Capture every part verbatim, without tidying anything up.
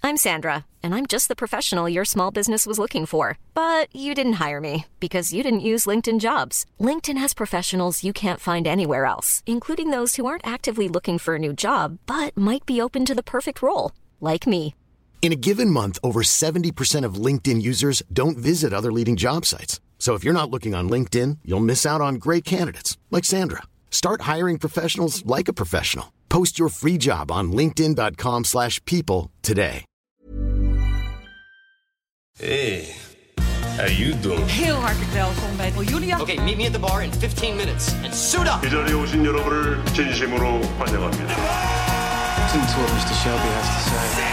I'm Sandra, and I'm just the professional your small business was looking for. But you didn't hire me because you didn't use LinkedIn Jobs. LinkedIn has professionals you can't find anywhere else, including those who aren't actively looking for a new job, but might be open to the perfect role, like me. In a given month, over seventy percent of LinkedIn users don't visit other leading job sites. So if you're not looking on LinkedIn, you'll miss out on great candidates like Sandra. Start hiring professionals like a professional. Post your free job on linkedin.com slash people today. Hey, how you doing? Heel hartelijk welkom bij Julia. Okay, meet me at the bar in fifteen minutes and suit up. 이 자리에 오신 여러분을 진심으로 환영합니다. Listen to what mister Shelby has to say.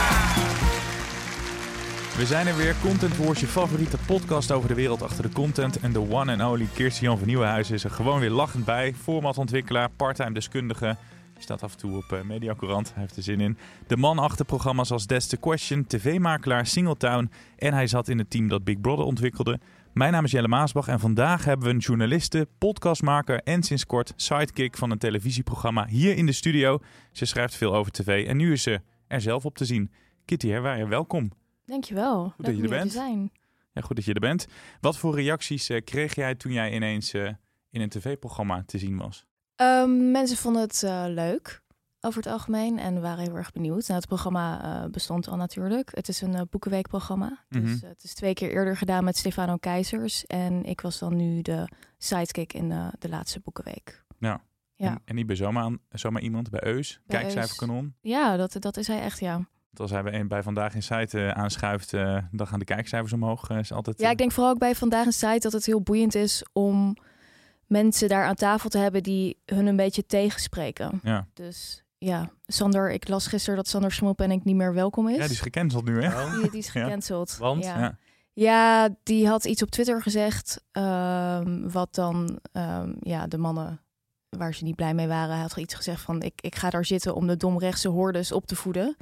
We zijn er weer, Content Wars, je favoriete podcast over de wereld achter de content. En de one and only Kirsten-Jan van Nieuwenhuizen is er gewoon weer lachend bij. Formatontwikkelaar, parttime deskundige. Die staat af en toe op uh, Mediacourant, hij heeft er zin in. De man achter programma's als That's the Question, tv-makelaar, Singletown. En hij zat in het team dat Big Brother ontwikkelde. Mijn naam is Jelle Maasbach en vandaag hebben we een journaliste, podcastmaker en sinds kort sidekick van een televisieprogramma hier in de studio. Ze schrijft veel over tv en nu is ze er zelf op te zien. Kitty Herwijer, welkom. Dankjewel. Goed dat je er bent. Te zijn. Ja, goed dat je er bent. Wat voor reacties uh, kreeg jij toen jij ineens uh, in een tv-programma te zien was? Um, mensen vonden het uh, leuk over het algemeen en waren heel erg benieuwd. Nou, het programma uh, bestond al natuurlijk. Het is een uh, boekenweekprogramma. Dus Mm-hmm. uh, het is twee keer eerder gedaan met Stefano Keizers. En ik was dan nu de sidekick in uh, de laatste boekenweek. Ja. ja. En, en niet bij zomaar, zomaar iemand, bij Eus, bij kijkcijferkanon. Ja, dat, dat is hij echt, ja. Want als hij bij, een, bij Vandaag in Site uh, aanschuift, uh, dan gaan de kijkcijfers omhoog. Uh, is altijd, uh... Ja, ik denk vooral ook bij Vandaag in Site dat het heel boeiend is om mensen daar aan tafel te hebben die hun een beetje tegenspreken. Ja. Dus ja, Sander, ik las gisteren dat Sander Schmoep en ik niet meer welkom is. Ja, die is gecanceld nu, hè? Die, die is gecanceld. Ja. Want? Ja. Ja. ja, die had iets op Twitter gezegd, um, wat dan um, ja, de mannen waar ze niet blij mee waren. Hij had iets gezegd van, ik, ik ga daar zitten om de domrechtse hordes op te voeden.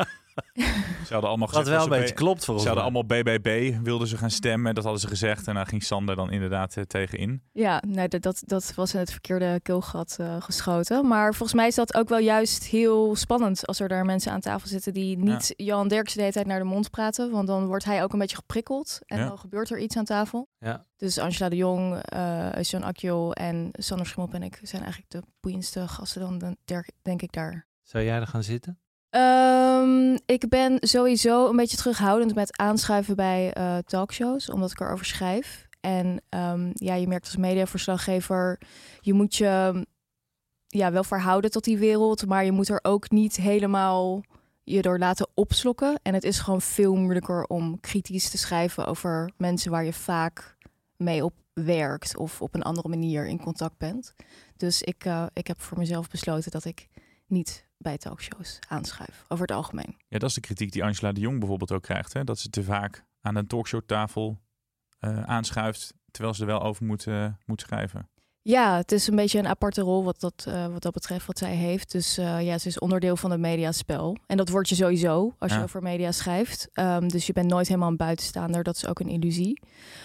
Ze hadden allemaal gezegd, Wat wel een dat beetje B- klopt voor ons. Ze hadden allemaal B B B, wilden ze gaan stemmen. Dat hadden ze gezegd en daar ging Sander dan inderdaad uh, tegenin. Ja, nee, dat, dat, dat was in het verkeerde keelgat uh, geschoten. Maar volgens mij is dat ook wel juist heel spannend als er daar mensen aan tafel zitten die niet ja. Johan Derksen de hele tijd naar de mond praten. Want dan wordt hij ook een beetje geprikkeld en ja. dan gebeurt er iets aan tafel. Ja. Dus Angela de Jong, uh, John Akjol en Sander Schmoep en ik zijn eigenlijk de boeiendste gasten dan, denk ik, daar. Zou jij er gaan zitten? Um, ik ben sowieso een beetje terughoudend met aanschuiven bij uh, talkshows, omdat ik erover schrijf. En um, ja, je merkt als mediaverslaggever, je moet je ja, wel verhouden tot die wereld, maar je moet er ook niet helemaal je door laten opslokken. En het is gewoon veel moeilijker om kritisch te schrijven over mensen waar je vaak mee op werkt of op een andere manier in contact bent. Dus ik, uh, ik heb voor mezelf besloten dat ik niet bij talkshows aanschuif, over het algemeen. Ja, dat is de kritiek die Angela de Jong bijvoorbeeld ook krijgt. Hè? Dat ze te vaak aan een talkshowtafel uh, aanschuift, terwijl ze er wel over moet, uh, moet schrijven. Ja, het is een beetje een aparte rol wat dat, uh, wat dat betreft, wat zij heeft. Dus uh, ja, ze is onderdeel van het mediaspel. En dat word je sowieso als je ja. over media schrijft. Um, dus je bent nooit helemaal een buitenstaander. Dat is ook een illusie.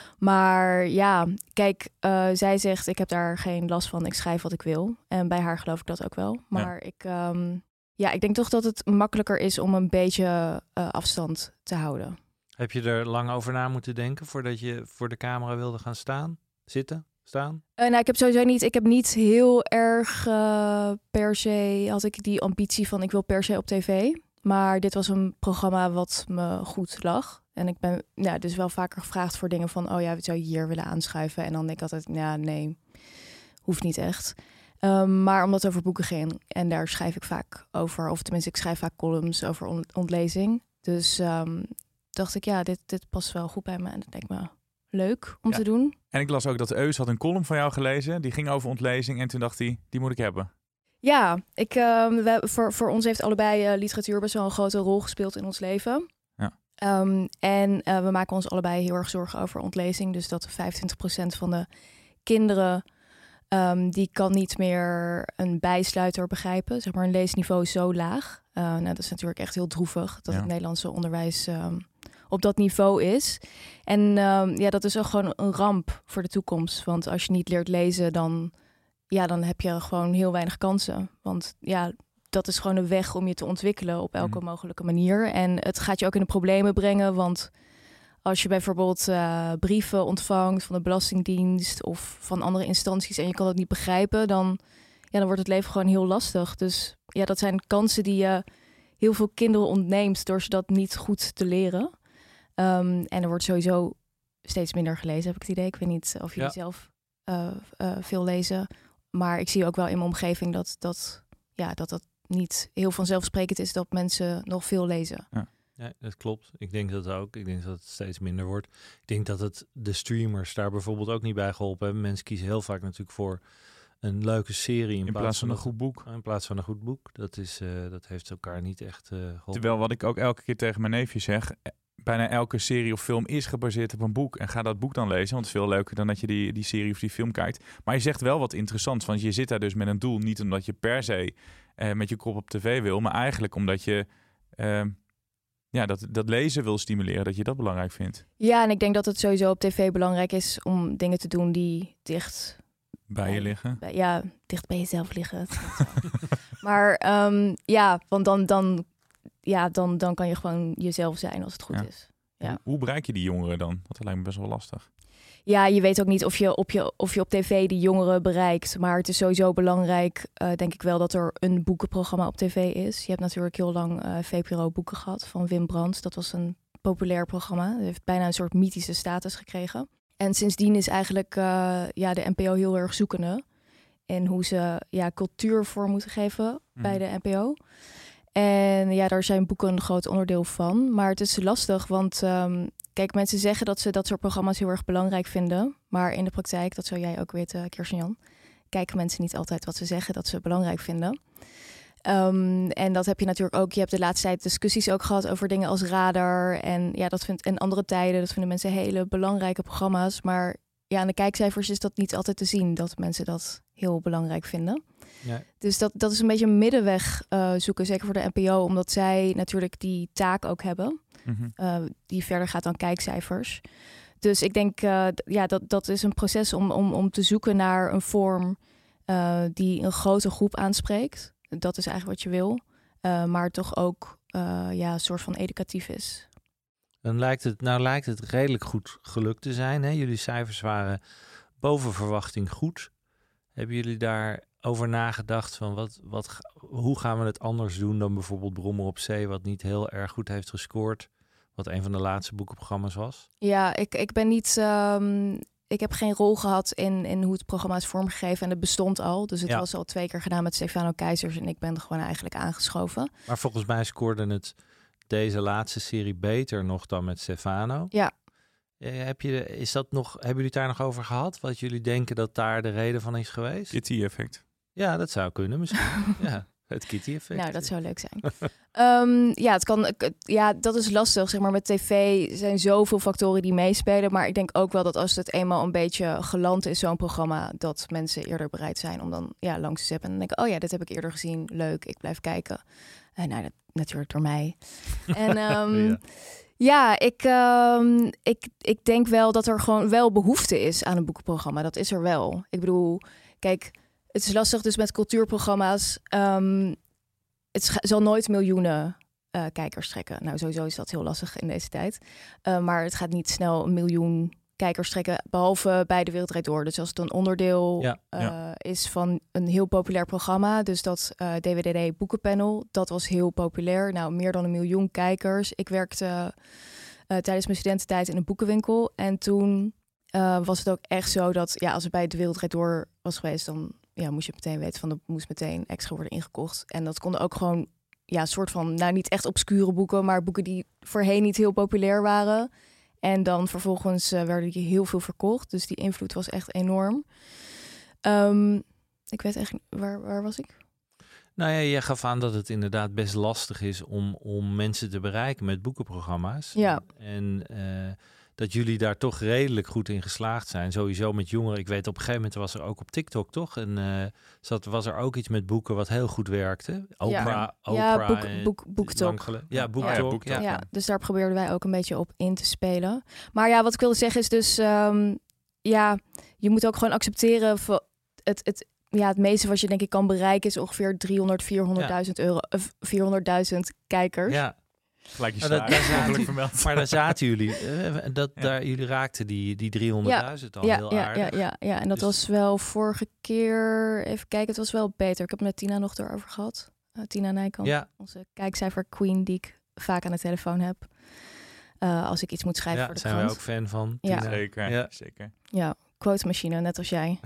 Maar ja, kijk, uh, zij zegt, ik heb daar geen last van. Ik schrijf wat ik wil. En bij haar geloof ik dat ook wel. Maar ja. ik, um, ja, ik denk toch dat het makkelijker is om een beetje uh, afstand te houden. Heb je er lang over na moeten denken voordat je voor de camera wilde gaan staan, zitten? Staan? Uh, nou, ik heb sowieso niet. Ik heb niet heel erg uh, per se had ik die ambitie van ik wil per se op tv. Maar dit was een programma wat me goed lag. En ik ben ja, dus wel vaker gevraagd voor dingen van oh ja, zou je hier willen aanschuiven? En dan denk ik altijd, ja, nee, hoeft niet echt. Um, maar omdat het over boeken ging en daar schrijf ik vaak over, of tenminste ik schrijf vaak columns over on- ontlezing. Dus um, dacht ik, ja, dit, dit past wel goed bij me en dat lijkt me leuk om ja. te doen. En ik las ook dat Eus had een column van jou gelezen. Die ging over ontlezing en toen dacht hij, die moet ik hebben. Ja, ik, uh, we, voor, voor ons heeft allebei uh, literatuur best wel een grote rol gespeeld in ons leven. Ja. Um, en uh, we maken ons allebei heel erg zorgen over ontlezing. Dus dat vijfentwintig procent van de kinderen um, die kan niet meer een bijsluiter begrijpen. Zeg maar, een leesniveau is zo laag. Uh, nou, dat is natuurlijk echt heel droevig dat ja. het Nederlandse onderwijs um, op dat niveau is. En um, ja, dat is ook gewoon een ramp voor de toekomst. Want als je niet leert lezen, dan, ja, dan heb je gewoon heel weinig kansen. Want ja, dat is gewoon een weg om je te ontwikkelen op elke Mm. mogelijke manier. En het gaat je ook in de problemen brengen, want als je bijvoorbeeld uh, brieven ontvangt van de Belastingdienst of van andere instanties en je kan het niet begrijpen, dan, ja, dan wordt het leven gewoon heel lastig. Dus ja, dat zijn kansen die je heel veel kinderen ontneemt door ze dat niet goed te leren. Um, en er wordt sowieso steeds minder gelezen, heb ik het idee. Ik weet niet of jullie Ja. zelf uh, uh, veel lezen, maar ik zie ook wel in mijn omgeving dat dat, ja, dat dat niet heel vanzelfsprekend is dat mensen nog veel lezen. Ja. Ja, dat klopt. Ik denk dat ook. Ik denk dat het steeds minder wordt. Ik denk dat het de streamers daar bijvoorbeeld ook niet bij geholpen hebben. Mensen kiezen heel vaak natuurlijk voor een leuke serie in, In plaats van een goed boek. In plaats van een goed boek. Dat, is, uh, dat heeft elkaar niet echt uh, geholpen. Terwijl wat ik ook elke keer tegen mijn neefje zeg, bijna elke serie of film is gebaseerd op een boek. En ga dat boek dan lezen, want het is veel leuker dan dat je die, die serie of die film kijkt. Maar je zegt wel wat interessants, want je zit daar dus met een doel. Niet omdat je per se uh, met je kop op tv wil, maar eigenlijk omdat je uh, ja, dat, dat lezen wil stimuleren, dat je dat belangrijk vindt. Ja, en ik denk dat het sowieso op tv belangrijk is om dingen te doen die dicht bij je liggen. Bij, ja, dicht bij jezelf liggen. Maar um, ja, want dan, dan, ja, dan, dan kan je gewoon jezelf zijn als het goed ja. is. Ja. Hoe, hoe bereik je die jongeren dan? Want dat lijkt me best wel lastig. Ja, je weet ook niet of je op, je, of je op tv die jongeren bereikt. Maar het is sowieso belangrijk, uh, denk ik wel, dat er een boekenprogramma op tv is. Je hebt natuurlijk heel lang uh, V P R O Boeken gehad van Wim Brands. Dat was een populair programma. Het heeft bijna een soort mythische status gekregen. En sindsdien is eigenlijk uh, ja, de N P O heel erg zoekende in hoe ze ja, cultuur voor moeten geven mm. bij de N P O. En ja, daar zijn boeken een groot onderdeel van. Maar het is lastig, want um, kijk, mensen zeggen dat ze dat soort programma's heel erg belangrijk vinden. Maar in de praktijk, dat zou jij ook weten, Kirsten-Jan, kijken mensen niet altijd wat ze zeggen dat ze belangrijk vinden. Um, en dat heb je natuurlijk ook. Je hebt de laatste tijd discussies ook gehad over dingen als Radar. En ja, dat vindt en andere tijden. Dat vinden mensen hele belangrijke programma's. Maar ja, aan de kijkcijfers is dat niet altijd te zien dat mensen dat heel belangrijk vinden. Ja. Dus dat, dat is een beetje een middenweg uh, zoeken, zeker voor de N P O, omdat zij natuurlijk die taak ook hebben, mm-hmm. uh, die verder gaat dan kijkcijfers. Dus ik denk, uh, ja, dat, dat is een proces om, om, om te zoeken naar een vorm uh, die een grote groep aanspreekt. Dat is eigenlijk wat je wil, uh, maar toch ook uh, ja, een soort van educatief is. Dan lijkt het, nou lijkt het redelijk goed gelukt te zijn. Hè? Jullie cijfers waren boven verwachting goed. Hebben jullie daar over nagedacht van wat, wat, hoe gaan we het anders doen dan bijvoorbeeld Brommer op Zee, wat niet heel erg goed heeft gescoord, wat een van de laatste boekenprogramma's was? Ja, ik, ik ben niet, um, ik heb geen rol gehad in, in hoe het programma is vormgegeven en het bestond al. Dus het ja. was al twee keer gedaan met Stefano Keizers en ik ben er gewoon eigenlijk aangeschoven. Maar volgens mij scoorde het deze laatste serie beter nog dan met Stefano. Ja. Heb je, is dat nog, hebben jullie het daar nog over gehad? Wat jullie denken dat daar de reden van is geweest? Kitty-effect. Ja, dat zou kunnen misschien. Ja, het Kitty-effect. Nou, dat zou leuk zijn. um, ja, het kan, ja, dat is lastig. Zeg maar, met tv zijn zoveel factoren die meespelen. Maar ik denk ook wel dat als het eenmaal een beetje geland is, zo'n programma, dat mensen eerder bereid zijn om dan ja, langs te zetten. En dan denken, oh ja, dit heb ik eerder gezien. Leuk, ik blijf kijken. En nou, dat, natuurlijk door mij. en um, ja. Ja, ik, um, ik, ik denk wel dat er gewoon wel behoefte is aan een boekenprogramma. Dat is er wel. Ik bedoel, kijk, het is lastig dus met cultuurprogramma's. Um, het sch- zal nooit miljoenen uh, kijkers trekken. Nou, sowieso is dat heel lastig in deze tijd. Uh, maar het gaat niet snel een miljoen kijkers trekken, behalve bij De Wereld Draait Door. Dus als het een onderdeel ja, uh, ja. is van een heel populair programma, dus dat uh, D W D D Boekenpanel, dat was heel populair. Nou, meer dan een miljoen kijkers. Ik werkte uh, tijdens mijn studententijd in een boekenwinkel en toen uh, was het ook echt zo dat ja, als het bij De Wereld Draait Door was geweest, dan ja, moest je meteen weten van, er moest meteen extra worden ingekocht. En dat konden ook gewoon ja, soort van, nou niet echt obscure boeken, maar boeken die voorheen niet heel populair waren. En dan vervolgens uh, werden die heel veel verkocht. Dus die invloed was echt enorm. Um, ik weet echt, waar, waar was ik? Nou ja, je gaf aan dat het inderdaad best lastig is om, om mensen te bereiken met boekenprogramma's. Ja. En uh, dat jullie daar toch redelijk goed in geslaagd zijn. Sowieso met jongeren. Ik weet op een gegeven moment was er ook op TikTok toch? En uh, zat, was er ook iets met boeken wat heel goed werkte. Oprah. Ja, Oprah ja boek, boek, BookTok. Ja, BookTok. Ja, ja, BookTok. Ja, ja, dus daar probeerden wij ook een beetje op in te spelen. Maar ja, wat ik wilde zeggen is dus, um, ja, je moet ook gewoon accepteren. Het, het, ja, het meeste wat je denk ik kan bereiken is ongeveer driehonderd, vierhonderdduizend euro, of vierhonderdduizend kijkers. Ja. Gelijk je Maar, dat, daar zaten, vermeld. maar daar zaten jullie, uh, dat, Ja. daar, jullie raakten die, die driehonderdduizend ja, al ja, heel ja, aardig. Ja, ja, ja, en dat Dus- was wel vorige keer, even kijken, het was wel beter. Ik heb het met Tina nog erover gehad. Uh, Tina Nijkamp, Ja. onze kijkcijfer queen die ik vaak aan de telefoon heb. Uh, als ik iets moet schrijven Ja, voor de zijn wij krant. ook fan van. Ja. Tina. Zeker, Ja. zeker. Ja, quote machine, net als jij.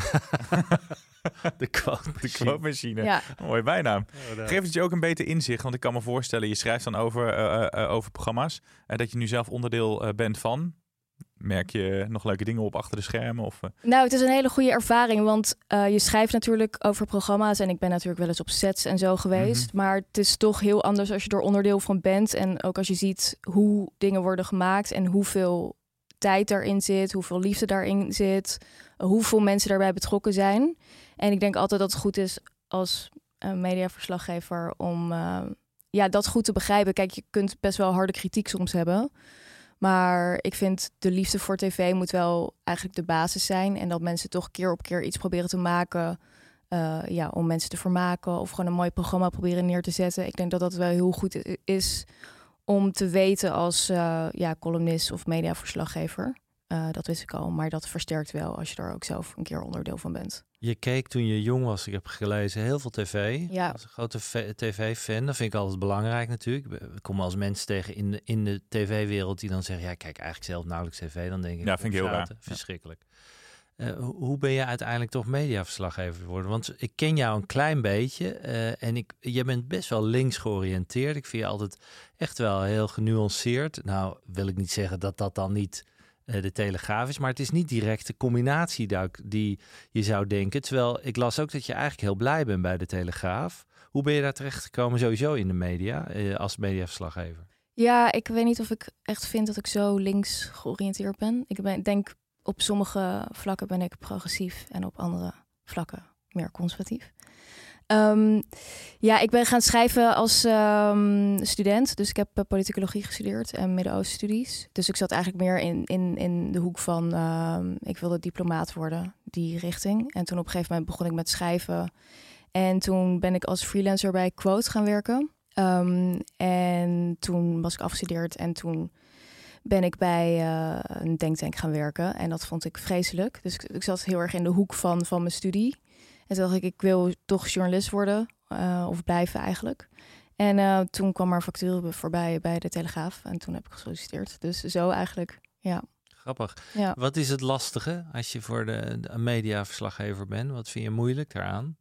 De quote De quote-machine. Ja. Mooie bijnaam. Oh, daar. Geeft het je ook een beter inzicht? Want ik kan me voorstellen, je schrijft dan over, uh, uh, over programma's. En dat je nu zelf onderdeel uh, bent van. Merk je nog leuke dingen op achter de schermen? Of, uh... Nou, het is een hele goede ervaring, want uh, je schrijft natuurlijk over programma's en ik ben natuurlijk wel eens op sets en zo geweest. Mm-hmm. Maar het is toch heel anders als je er onderdeel van bent en ook als je ziet hoe dingen worden gemaakt en hoeveel tijd daarin zit, hoeveel liefde daarin zit, uh, hoeveel mensen daarbij betrokken zijn. En ik denk altijd dat het goed is als uh, mediaverslaggever om uh, ja, dat goed te begrijpen. Kijk, je kunt best wel harde kritiek soms hebben. Maar ik vind de liefde voor tv moet wel eigenlijk de basis zijn. En dat mensen toch keer op keer iets proberen te maken. Uh, ja, om mensen te vermaken. Of gewoon een mooi programma proberen neer te zetten. Ik denk dat dat wel heel goed is om te weten als uh, ja, columnist of mediaverslaggever. Uh, dat wist ik al. Maar dat versterkt wel als je er ook zelf een keer onderdeel van bent. Je keek toen je jong was, ik heb gelezen, heel veel tv. Ja. Ik was een grote v- tv-fan. Dat vind ik altijd belangrijk natuurlijk. Ik kom als mensen tegen in de, in de tv-wereld die dan zeggen, ja, kijk eigenlijk zelf nauwelijks tv. Dan denk ik, Ja, vind ik heel opzouten. raar. Verschrikkelijk. Uh, hoe ben je uiteindelijk toch mediaverslaggever geworden? Want ik ken jou een klein beetje uh, en ik, je bent best wel links georiënteerd. Ik vind je altijd echt wel heel genuanceerd. Nou, wil ik niet zeggen dat dat dan niet uh, de Telegraaf is, maar het is niet direct de combinatie die je zou denken. Terwijl ik las ook dat je eigenlijk heel blij bent bij de Telegraaf. Hoe ben je daar terecht gekomen sowieso in de media uh, als mediaverslaggever? Ja, ik weet niet of ik echt vind dat ik zo links georiënteerd ben. Ik ben, denk op sommige vlakken ben ik progressief en op andere vlakken meer conservatief. Um, ja, ik ben gaan schrijven als um, student. Dus ik heb uh, politicologie gestudeerd en Midden-Oosten-studies. Dus ik zat eigenlijk meer in, in, in de hoek van um, ik wilde diplomaat worden, die richting. En toen op een gegeven moment begon ik met schrijven. En toen ben ik als freelancer bij Quote gaan werken. Um, en toen was ik afgestudeerd en toen ben ik bij uh, een denktank gaan werken. En dat vond ik vreselijk. Dus ik, ik zat heel erg in de hoek van, van mijn studie. En toen dacht ik, ik wil toch journalist worden. Uh, of blijven eigenlijk. En uh, toen kwam er factuur voorbij bij de Telegraaf. En toen heb ik gesolliciteerd. Dus zo eigenlijk, ja. Grappig. Ja. Wat is het lastige als je voor de, de mediaverslaggever bent? Wat vind je moeilijk daaraan?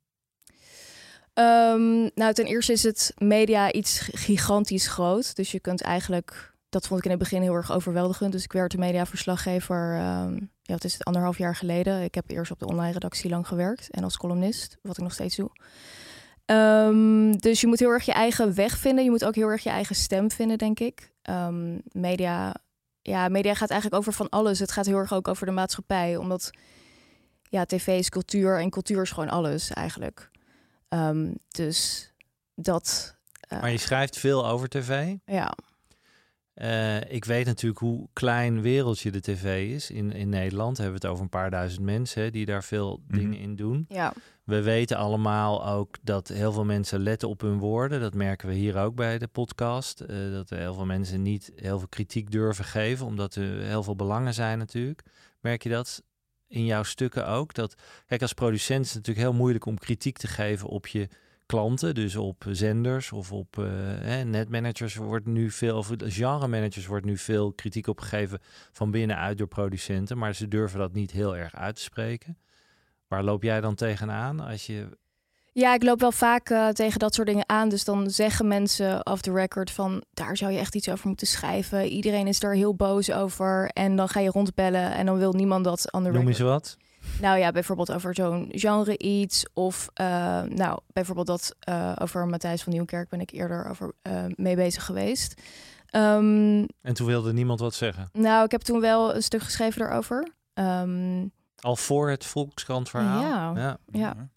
Um, nou, ten eerste is het media iets gigantisch groot. Dus je kunt eigenlijk, dat vond ik in het begin heel erg overweldigend. Dus ik werd de mediaverslaggever, um, ja, wat is het, anderhalf jaar geleden. Ik heb eerst op de online redactie lang gewerkt en als columnist, wat ik nog steeds doe. Um, dus je moet heel erg je eigen weg vinden. Je moet ook heel erg je eigen stem vinden, denk ik. Um, media, ja, media gaat eigenlijk over van alles. Het gaat heel erg ook over de maatschappij, omdat ja, tv is cultuur en cultuur is gewoon alles eigenlijk. Um, dus dat... Uh, maar je schrijft veel over tv. Ja. Uh, ik weet natuurlijk hoe klein wereldje de tv is. In, in Nederland hebben we het over een paar duizend mensen hè, die daar veel mm. dingen in doen. Ja. We weten allemaal ook dat heel veel mensen letten op hun woorden. Dat merken we hier ook bij de podcast. Uh, dat er heel veel mensen niet heel veel kritiek durven geven, omdat er heel veel belangen zijn natuurlijk. Merk je dat in jouw stukken ook? Dat, kijk, als producent is het natuurlijk heel moeilijk om kritiek te geven op je klanten, dus op zenders of op uh, hè, netmanagers wordt nu veel, of genre-managers wordt nu veel kritiek opgegeven van binnenuit door producenten, maar ze durven dat niet heel erg uit te spreken. Waar loop jij dan tegenaan als je... Ja, ik loop wel vaak uh, tegen dat soort dingen aan. Dus dan zeggen mensen off the record van, daar zou je echt iets over moeten schrijven. Iedereen is daar heel boos over. En dan ga je rondbellen en dan wil niemand dat on the record. Noem eens wat. Nou ja, bijvoorbeeld over zo'n genre iets. Of uh, nou, bijvoorbeeld dat uh, over Matthijs van Nieuwkerk ben ik eerder over uh, mee bezig geweest. Um, en toen wilde niemand wat zeggen? Nou, ik heb toen wel een stuk geschreven daarover. Um, Al voor het Volkskrant verhaal? Ja, ja. ja.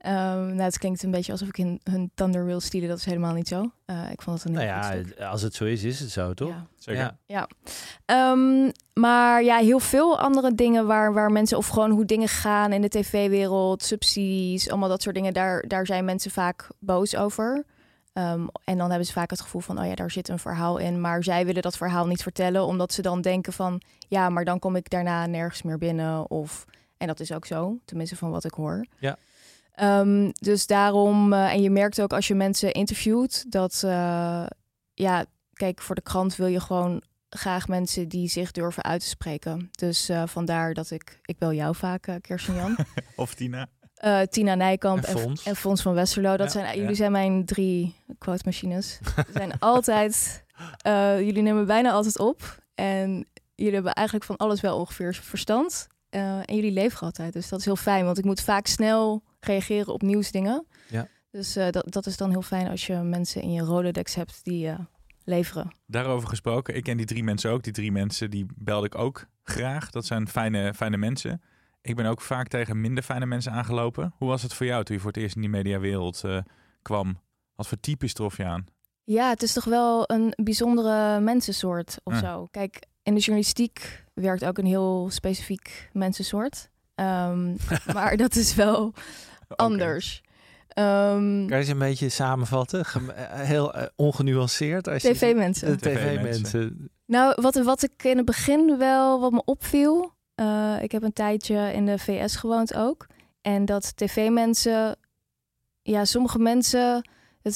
nou, het klinkt een beetje alsof ik in hun thunder wil stelen. Dat is helemaal niet zo. Uh, ik vond het een heel nou ja, goed stuk. als het zo is, is het zo, toch? Ja. Zeker. Ja. Ja. Um, maar ja, heel veel andere dingen waar, waar mensen... of gewoon hoe dingen gaan in de tv-wereld, subsidies, allemaal dat soort dingen. Daar, daar zijn mensen vaak boos over. Um, en dan hebben ze vaak het gevoel van... oh ja, daar zit een verhaal in. Maar zij willen dat verhaal niet vertellen... omdat ze dan denken van... ja, maar dan kom ik daarna nergens meer binnen. Of, en dat is ook zo, tenminste van wat ik hoor. Ja. Um, dus daarom... Uh, en je merkt ook als je mensen interviewt... dat, uh, ja, kijk, voor de krant wil je gewoon... graag mensen die zich durven uit te spreken. Dus uh, vandaar dat ik... Ik bel jou vaak, uh, Kirsten-Jan. Of Tina. Uh, Tina Nijkamp en en, Fons. en Fons van Westerlo. Dat Ja, zijn, ja. Jullie zijn mijn drie quote machines. Ze zijn altijd... Uh, jullie nemen bijna altijd op. En jullie hebben eigenlijk van alles wel ongeveer verstand. Uh, en jullie leveren altijd. Dus dat is heel fijn. Want ik moet vaak snel reageren op nieuwsdingen. Ja. Dus uh, dat, dat is dan heel fijn als je mensen in je Rolodex hebt die uh, leveren. Daarover gesproken, ik ken die drie mensen ook. Die drie mensen die belde ik ook graag. Dat zijn fijne, fijne mensen. Ik ben ook vaak tegen minder fijne mensen aangelopen. Hoe was het voor jou toen je voor het eerst in die mediawereld uh, kwam? Wat voor types trof je aan? Ja, het is toch wel een bijzondere mensensoort of Ja. zo. Kijk, in de journalistiek werkt ook een heel specifiek mensensoort. Um, maar dat is wel anders. Um, Kan je eens een beetje samenvatten? Gem- heel uh, ongenuanceerd. Als je- tv-mensen. De tv-mensen. Nou, wat, wat ik in het begin wel, wat me opviel... Uh, ik heb een tijdje in de V S gewoond ook. En dat tv-mensen... Ja, sommige mensen... Het is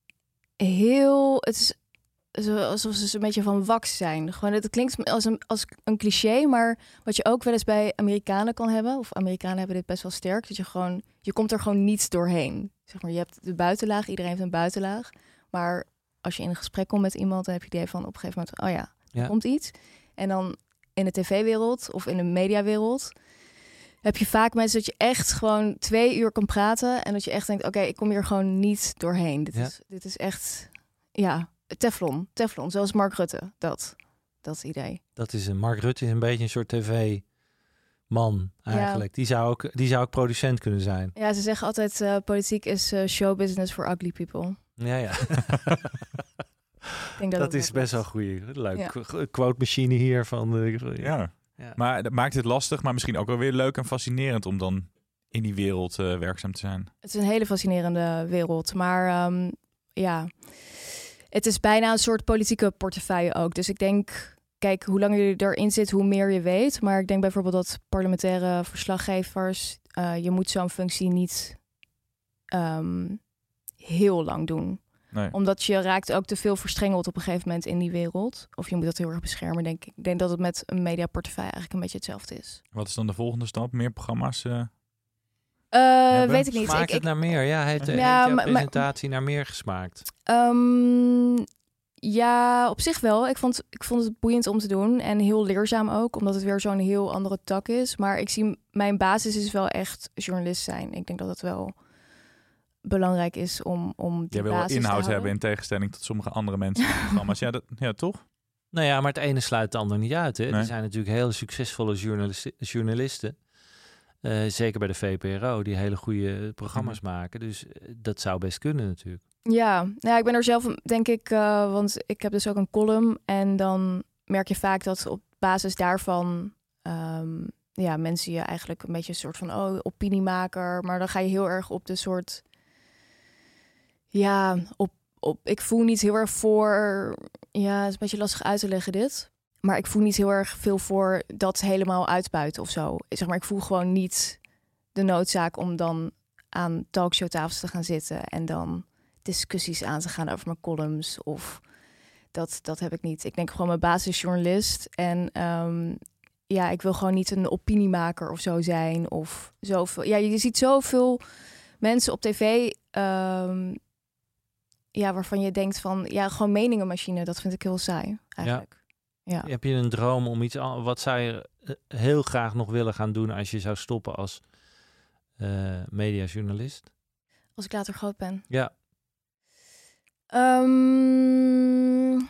heel... Het is zo- alsof ze een beetje van wax zijn. Gewoon, het klinkt als een, als een cliché, maar wat je ook wel eens bij Amerikanen kan hebben... of Amerikanen hebben dit best wel sterk... dat je gewoon... Je komt er gewoon niet doorheen. Zeg maar, je hebt de buitenlaag, iedereen heeft een buitenlaag. Maar als je in een gesprek komt met iemand... dan heb je het idee van op een gegeven moment... oh ja, er Ja. komt iets. En dan... in de tv-wereld of in de mediawereld... heb je vaak mensen dat je echt gewoon twee uur kan praten... en dat je echt denkt, oké, okay, ik kom hier gewoon niet doorheen. Dit, Ja. is, dit is echt, ja, teflon. Teflon, zoals Mark Rutte, dat, dat idee. Dat is een Mark Rutte is een beetje een soort tv-man eigenlijk. Die, zou ook, die zou ook producent kunnen zijn. Ja, ze zeggen altijd, uh, politiek is uh, showbusiness for ugly people. Ja, ja. Ik denk dat dat dat is wel best wel klopt. goed. Leuk. Ja. Qu- Quote machine hier van... Uh, Ja. Ja. Maar dat maakt het lastig, maar misschien ook wel weer leuk en fascinerend... om dan in die wereld uh, werkzaam te zijn. Het is een hele fascinerende wereld. Maar um, ja, het is bijna een soort politieke portefeuille ook. Dus ik denk, kijk, hoe langer je erin zit, hoe meer je weet. Maar ik denk bijvoorbeeld dat parlementaire verslaggevers... Uh, je moet zo'n functie niet um, heel lang doen. Nee. Omdat je raakt ook te veel verstrengeld op een gegeven moment in die wereld. Of je moet dat heel erg beschermen, denk ik. Ik denk dat het met een mediaportefeuille eigenlijk een beetje hetzelfde is. Wat is dan de volgende stap? Meer programma's? Uh... Uh, weet ik niet. Smaakt ik, het ik, naar meer? Ja, heeft, heeft Ja, jouw maar- presentatie naar meer gesmaakt? Um, ja, op zich wel. Ik vond, ik vond het boeiend om te doen en heel leerzaam ook, omdat het weer zo'n heel andere tak is. Maar ik zie, mijn basis is wel echt journalist zijn. Ik denk dat het wel belangrijk is om, om die Jij wil wel basis te inhoud houden. hebben in tegenstelling tot sommige andere mensen in de programma's. Ja, dat, ja, toch? Nou ja, maar het ene sluit het ander niet uit. Hè? Nee. Er zijn natuurlijk hele succesvolle journalisten, journalisten. Uh, zeker bij de V P R O, die hele goede programma's Mhm. maken. Dus uh, dat zou best kunnen natuurlijk. Ja, nou ja, ik ben er zelf, denk ik, uh, want ik heb dus ook een column. En dan merk je vaak dat op basis daarvan um, ja, mensen je eigenlijk een beetje een soort van oh, opiniemaker. Maar dan ga je heel erg op de soort, ja, op, op, ik voel niet heel erg voor, ja, het is een beetje lastig uit te leggen dit. Maar ik voel niet heel erg veel voor dat helemaal uitbuiten of zo. Zeg maar, ik voel gewoon niet de noodzaak om dan aan talkshowtafels te gaan zitten en dan discussies aan te gaan over mijn columns. Of dat, dat heb ik niet. Ik denk gewoon mijn basis is journalist. En um, ja, ik wil gewoon niet een opiniemaker of zo zijn. Of zoveel. Ja, je ziet zoveel mensen op tv. Um, ja, waarvan je denkt van ja, gewoon meningenmachine. Dat vind ik heel saai eigenlijk. Ja. Ja. Heb je een droom om iets an- wat zou je heel graag nog willen gaan doen als je zou stoppen als uh, mediajournalist? Als ik later groot ben. Ja. Um,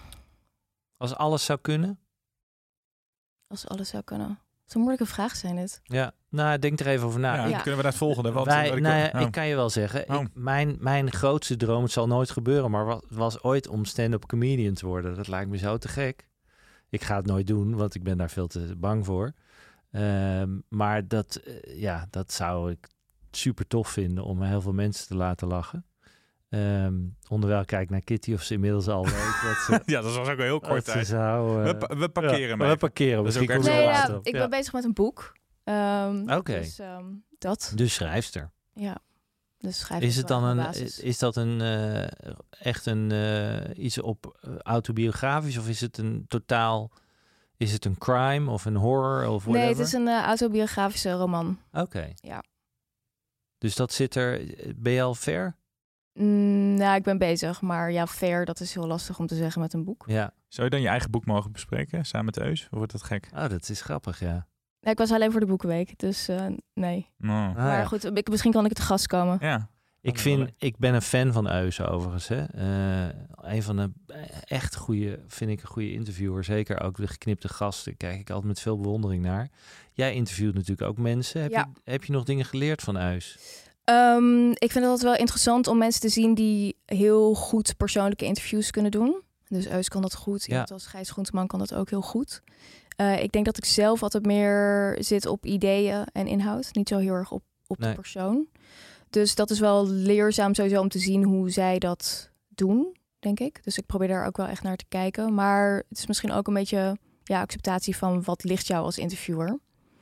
Als alles zou kunnen? Als alles zou kunnen. Zo'n moeilijke vraag zijn dit. Ja, Nou, denk er even over na. Ja, Ik, ja. Kunnen we naar het volgende? Want, wij, ik, nou ja, oh. ik kan je wel zeggen, Oh. ik, mijn, mijn grootste droom, het zal nooit gebeuren, maar was, was ooit om stand-up comedian te worden. Dat lijkt me zo te gek. Ik ga het nooit doen, want ik ben daar veel te bang voor. Um, maar dat, uh, ja, dat zou ik super tof vinden om heel veel mensen te laten lachen. Um, onderwijl ik kijk naar Kitty of ze inmiddels al weet wat ze... ja, dat was ook wel heel kort tijd. Zou, uh, we, pa- we parkeren ja, mee. We parkeren. Dat is Misschien ook komt Nee, er ja, later op. ik ben Ja. bezig met een boek. Um, Oké. Okay. Dus um, dat. De schrijfster. Ja. Dus schrijf is het dan een, basis. is dat een uh, echt een uh, iets op uh, autobiografisch of is het een totaal, is het een crime of een horror of whatever? Nee, het is een uh, autobiografische roman. Oké. Okay. Ja. Dus dat zit er, ben je al ver? Mm, nou, ik ben bezig, maar ja, ver, dat is heel lastig om te zeggen met een boek. Ja. Zou je dan je eigen boek mogen bespreken, samen met Eus? Of wordt dat gek? Oh, dat is grappig, ja. Nee, ik was alleen voor de boekenweek, dus uh, nee. Oh. Ah, maar ja. goed, ik, misschien kan ik te gast komen. Ja. Ik, vind, ik ben een fan van Eus overigens. Hè. Uh, een van de echt goede, vind ik een goede interviewer. Zeker ook de geknipte gasten. Kijk ik altijd met veel bewondering naar. Jij interviewt natuurlijk ook mensen. Heb, ja. je, heb je nog dingen geleerd van Eus? Um, ik vind het altijd wel interessant om mensen te zien die heel goed persoonlijke interviews kunnen doen. Dus Eus kan dat goed. Ja. Iemand als Gijs Groenteman kan dat ook heel goed. Uh, ik denk dat ik zelf altijd meer zit op ideeën en inhoud. Niet zo heel erg op, op nee. de persoon. Dus dat is wel leerzaam sowieso om te zien hoe zij dat doen, denk ik. Dus ik probeer daar ook wel echt naar te kijken. Maar het is misschien ook een beetje ja, acceptatie van wat ligt jou als interviewer.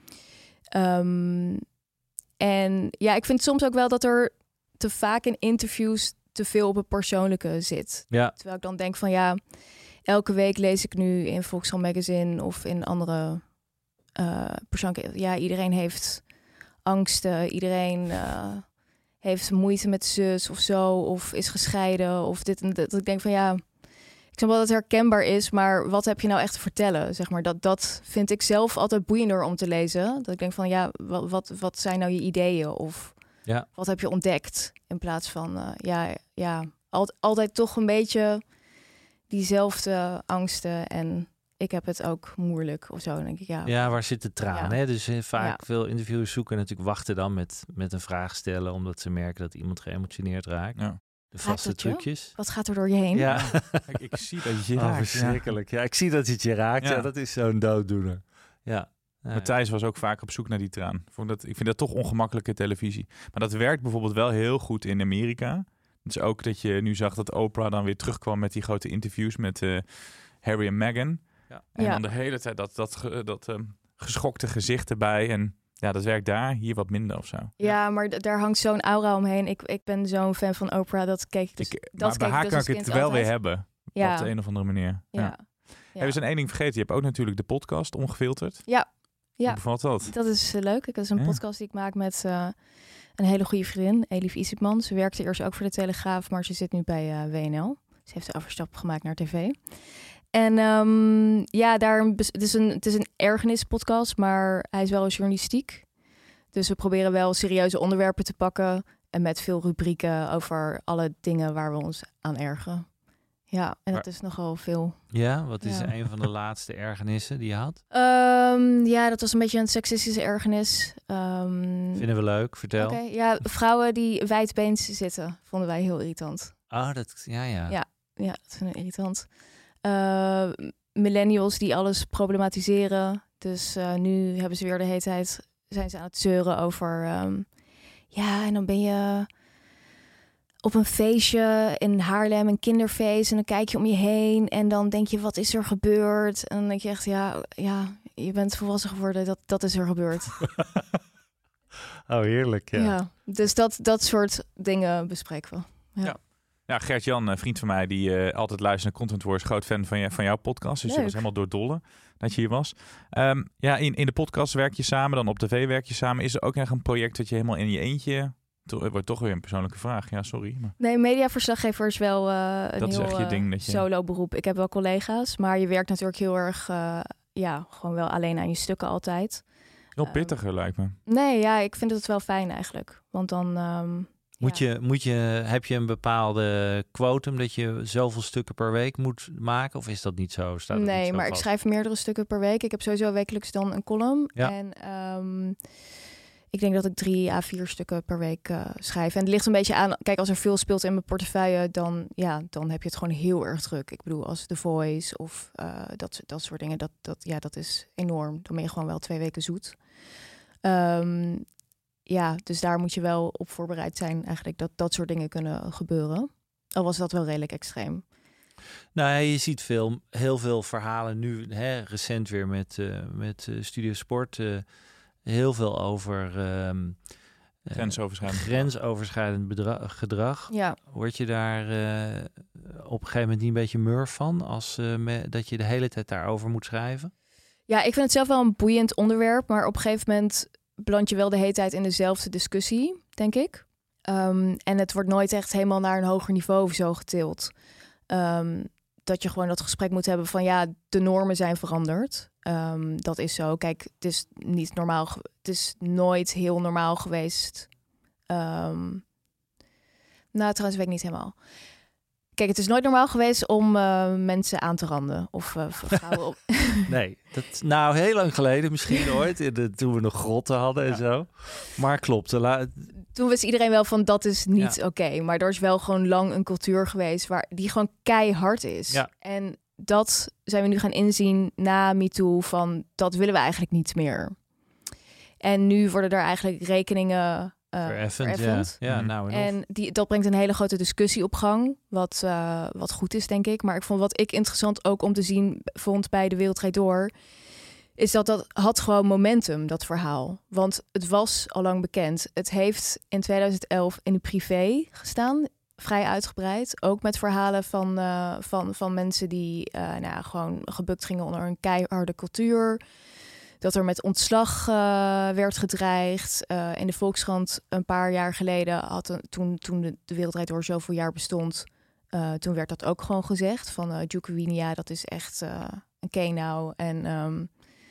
Um, en ja, ik vind soms ook wel dat er te vaak in interviews te veel op het persoonlijke zit. Ja. Terwijl ik dan denk van ja, elke week lees ik nu in Volkskrant Magazine of in andere uh, persoonlijke... Ja, iedereen heeft angsten, iedereen... Uh, heeft moeite met zus of zo, of is gescheiden, of dit en dat. Ik denk van ja, ik snap wel dat het herkenbaar is, maar wat heb je nou echt te vertellen? Zeg maar, dat, dat vind ik zelf altijd boeiender om te lezen. Dat ik denk van ja, wat, wat, wat zijn nou je ideeën? Of ja. wat heb je ontdekt? In plaats van uh, ja, ja al, altijd toch een beetje diezelfde angsten en... Ik heb het ook moeilijk of zo, denk ik. Ja, ja waar zit de traan? Ja. Hè? Dus he, vaak ja. veel interviewers zoeken natuurlijk wachten dan met, met een vraag stellen, omdat ze merken dat iemand geëmotioneerd raakt. Ja. De vaste Raakt het trucjes. Je? Wat gaat er door je heen? Ja, ik, ik zie dat het je oh, raakt. verschrikkelijk. Ja. ja, ik zie dat het je raakt. Ja, ja dat is zo'n dooddoener. Ja. Nou, Matthijs was ook vaak op zoek naar die traan. Ik, vond dat, ik vind dat toch ongemakkelijke televisie. Maar dat werkt bijvoorbeeld wel heel goed in Amerika. Het is ook dat je nu zag dat Oprah dan weer terugkwam met die grote interviews met uh, Harry en Meghan. Ja. En ja. dan de hele tijd dat, dat, dat um, geschokte gezicht erbij. En ja, dat werkt daar, hier wat minder of zo. Ja, ja. maar d- daar hangt zo'n aura omheen. Ik, ik ben zo'n fan van Oprah, dat keek ik dus. Ik, dat maar bij haar dus kan ik het wel altijd. weer hebben. Ja. Op de een of andere manier. Ja. Ja. Ja. Hey, we zijn één ding vergeten. Je hebt ook natuurlijk de podcast Ongefilterd. Ja. ja. Hoe bevalt dat? Dat is uh, leuk. Dat is een ja. podcast die ik maak met uh, een hele goede vriendin, Elif Isipman. Ze werkte eerst ook voor de Telegraaf, maar ze zit nu bij uh, W N L. Ze heeft de overstap gemaakt naar tv. En um, ja, daar, het, is een, het is een ergernispodcast, maar hij is wel journalistiek. Dus we proberen wel serieuze onderwerpen te pakken. En met veel rubrieken over alle dingen waar we ons aan ergeren. Ja, en maar, dat is nogal veel. Ja, wat is ja. een van de laatste ergernissen die je had? Um, ja, dat was een beetje een seksistische ergernis. Um, Vinden we leuk, vertel. Okay, ja, vrouwen die wijdbeens zitten, vonden wij heel irritant. Oh, dat, ja, ja. Ja, ja dat vinden we irritant. Uh, millennials die alles problematiseren. Dus uh, nu hebben ze weer de hele tijd, zijn ze aan het zeuren over... Um, ja, en dan ben je op een feestje in Haarlem, een kinderfeest... en dan kijk je om je heen en dan denk je, wat is er gebeurd? En dan denk je echt, ja, ja je bent volwassen geworden, dat, dat is er gebeurd. Oh, heerlijk, ja. ja dus dat, dat soort dingen bespreken we. Ja. ja. Ja, Gert-Jan, een vriend van mij die uh, altijd luistert naar Content Wars, groot fan van, je, van jouw podcast. Dus je was helemaal doordolle dat je hier was. Um, ja, in, in de podcast werk je samen, dan op tv werk je samen. Is er ook echt een project dat je helemaal in je eentje... Het wordt toch weer een persoonlijke vraag, ja, sorry. Maar... Nee, mediaverslaggever is wel uh, een dat heel is echt je ding, dat je... solo beroep. Ik heb wel collega's, maar je werkt natuurlijk heel erg... Uh, ja, gewoon wel alleen aan je stukken altijd. Heel pittiger um, lijkt me. Nee, ja, ik vind het wel fijn eigenlijk. Want dan... Um, Moet ja. je, moet je, heb je een bepaalde quotum dat je zoveel stukken per week moet maken? Of is dat niet zo? Staat nee, niet zo maar vast? ik schrijf meerdere stukken per week. Ik heb sowieso wekelijks dan een column. Ja. En um, ik denk dat ik drie à vier stukken per week uh, schrijf. En het ligt een beetje aan... Kijk, als er veel speelt in mijn portefeuille... dan, ja, dan heb je het gewoon heel erg druk. Ik bedoel, als The Voice of uh, dat, dat soort dingen... Dat, dat, ja, dat is enorm. Dan ben je gewoon wel twee weken zoet. Um, ja, dus daar moet je wel op voorbereid zijn... eigenlijk dat dat soort dingen kunnen gebeuren. Al was dat wel redelijk extreem. Nou ja, je ziet veel, heel veel verhalen nu... Hè, recent weer met, uh, met uh, Studio Sport... Uh, heel veel over um, grensoverschrijdend, uh, grensoverschrijdend bedra- gedrag. Ja. Word je daar uh, op een gegeven moment niet een beetje murf van... Als, uh, me, dat je de hele tijd daarover moet schrijven? Ja, ik vind het zelf wel een boeiend onderwerp... maar op een gegeven moment beland je wel de hele tijd in dezelfde discussie, denk ik. Um, en het wordt nooit echt helemaal naar een hoger niveau of zo getild. Um, dat je gewoon dat gesprek moet hebben van... ja, de normen zijn veranderd. Um, dat is zo. Kijk, het is niet normaal. Ge- het is nooit heel normaal geweest. Um, nou, trouwens weet ik niet helemaal. Kijk, het is nooit normaal geweest om uh, mensen aan te randen. Of uh, vrouwen op... Nee, dat, nou heel lang geleden misschien ooit. In de, toen we nog grotten hadden en ja. zo. Maar klopt. La- Toen wist iedereen wel van dat is niet ja. oké. Okay. Maar er is wel gewoon lang een cultuur geweest... waar die gewoon keihard is. Ja. En... dat zijn we nu gaan inzien na MeToo van dat willen we eigenlijk niet meer. En nu worden er eigenlijk rekeningen uh, vereffend. vereffend. Ja. Ja, nou en en die, dat brengt een hele grote discussie op gang, wat, uh, wat goed is, denk ik. Maar ik vond wat ik interessant ook om te zien vond bij De Wereld Draait Door, is dat dat had gewoon momentum, dat verhaal. Want het was al lang bekend. Het heeft in tweeduizend elf in de privé gestaan, vrij uitgebreid. Ook met verhalen van, uh, van, van mensen die uh, nou ja, gewoon gebukt gingen onder een keiharde cultuur. Dat er met ontslag uh, werd gedreigd. Uh, in de Volkskrant een paar jaar geleden, had een, toen, toen de, de Wereld Draait Door zoveel jaar bestond, uh, toen werd dat ook gewoon gezegd. Van uh, Duke Winia, dat is echt uh, een kenau. En um,